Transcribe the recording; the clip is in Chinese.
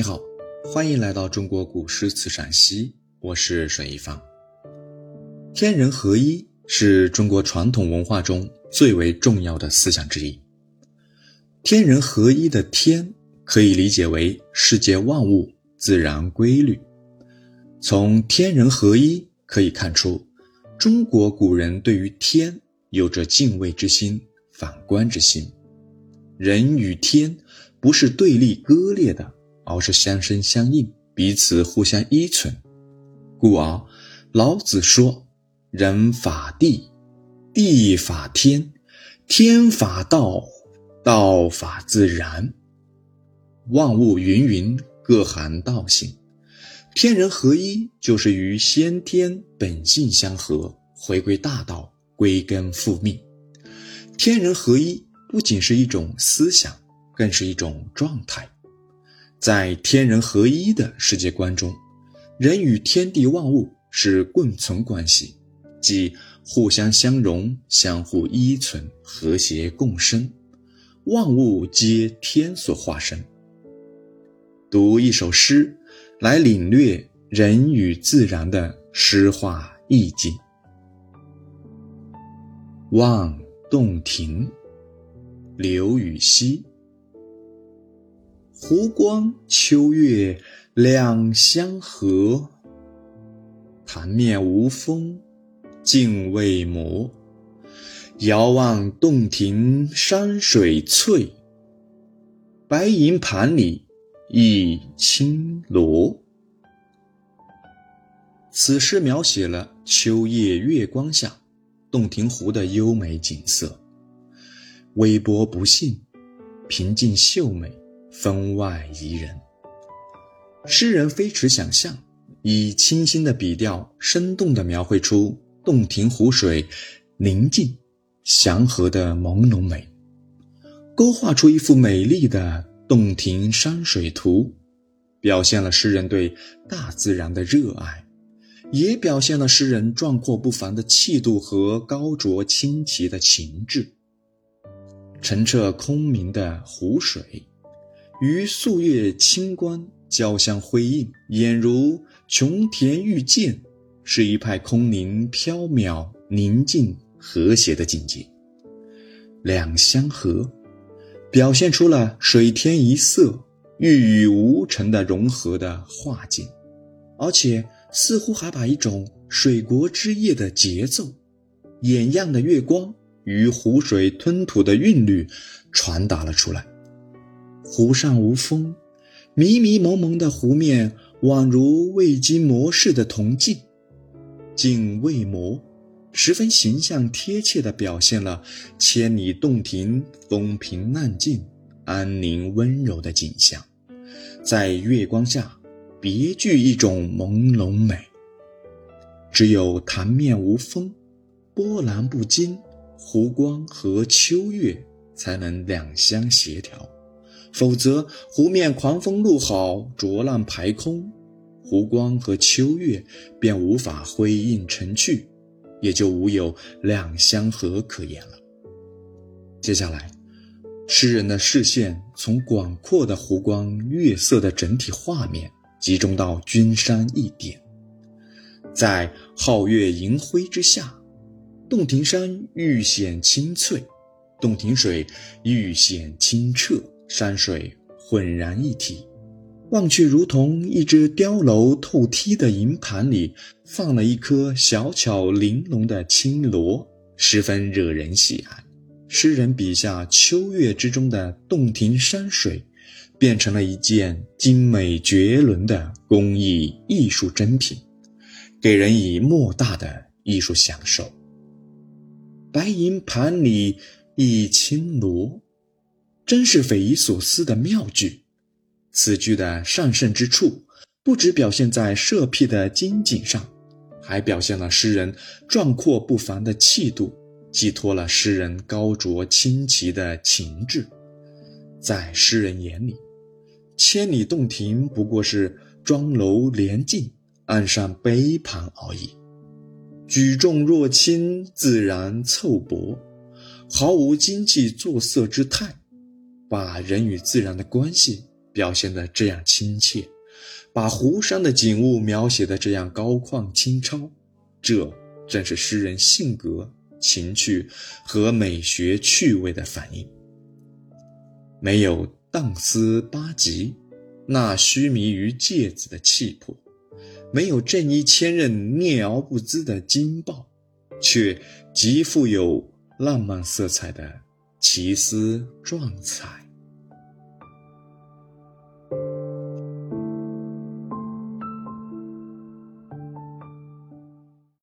你好，欢迎来到中国古诗词赏析，我是水一方。天人合一是中国传统文化中最为重要的思想之一。天人合一的天可以理解为世界万物自然规律。从天人合一可以看出，中国古人对于天有着敬畏之心、反观之心。人与天不是对立割裂的，而是相生相应，彼此互相依存。故而老子说，人法地，地法天，天法道，道法自然。万物芸芸，各含道性。天人合一就是与先天本性相合，回归大道，归根复命。天人合一不仅是一种思想，更是一种状态。在天人合一的世界观中，人与天地万物是共存关系，即互相相容，相互依存，和谐共生，万物皆天所化身。读一首诗来领略人与自然的诗化意境。望洞庭，刘禹锡。湖光秋月两相和，潭面无风镜未磨。遥望洞庭山水翠，白银盘里一青螺。此诗描写了秋夜月光下洞庭湖的优美景色，微波不兴，平静秀美，分外宜人。诗人飞驰想象，以清新的笔调生动地描绘出洞庭湖水宁静祥和的朦胧美，勾画出一幅美丽的洞庭山水图，表现了诗人对大自然的热爱，也表现了诗人壮阔不凡的气度和高卓清奇的情致。澄澈空明的湖水与素月清光交相辉映，俨如琼田玉剑，是一派空灵缥缈、宁静和谐的境界。两相和表现出了水天一色、玉宇无尘的融合的画境，而且似乎还把一种水国之夜的节奏、艳样的月光与湖水吞吐的韵律传达了出来。湖上无风，迷迷蒙蒙的湖面宛如未经磨蚀的铜镜，镜未磨，十分形象贴切地表现了千里洞庭风平浪静、安宁温柔的景象，在月光下别具一种朦胧美。只有潭面无风，波澜不惊，湖光和秋月才能两相协调，否则湖面狂风怒号，浊浪排空，湖光和秋月便无法辉映成趣，也就无有两相和可言了。接下来，诗人的视线从广阔的湖光月色的整体画面集中到君山一点，在皓月银辉之下，洞庭山愈显清翠，洞庭水愈显清澈，山水浑然一体，望去如同一只雕镂透剔的银盘里放了一颗小巧玲珑的青螺，十分惹人喜爱。诗人笔下秋月之中的洞庭山水变成了一件精美绝伦的工艺艺术珍品，给人以莫大的艺术享受。白银盘里一青螺，真是匪夷所思的妙句。此句的上乘之处，不只表现在社僻的精景上，还表现了诗人壮阔不凡的气度，寄托了诗人高卓清奇的情致。在诗人眼里，千里洞庭不过是庄楼连径，岸上杯盘而已，举重若轻，自然凑薄，毫无经济作色之态，把人与自然的关系表现得这样亲切，把湖上的景物描写得这样高旷清超，这正是诗人性格、情趣和美学趣味的反应。没有荡丝八极，那虚迷于芥子的气魄，没有正义千仞聂敖不滋的惊爆，却极富有浪漫色彩的奇思壮彩。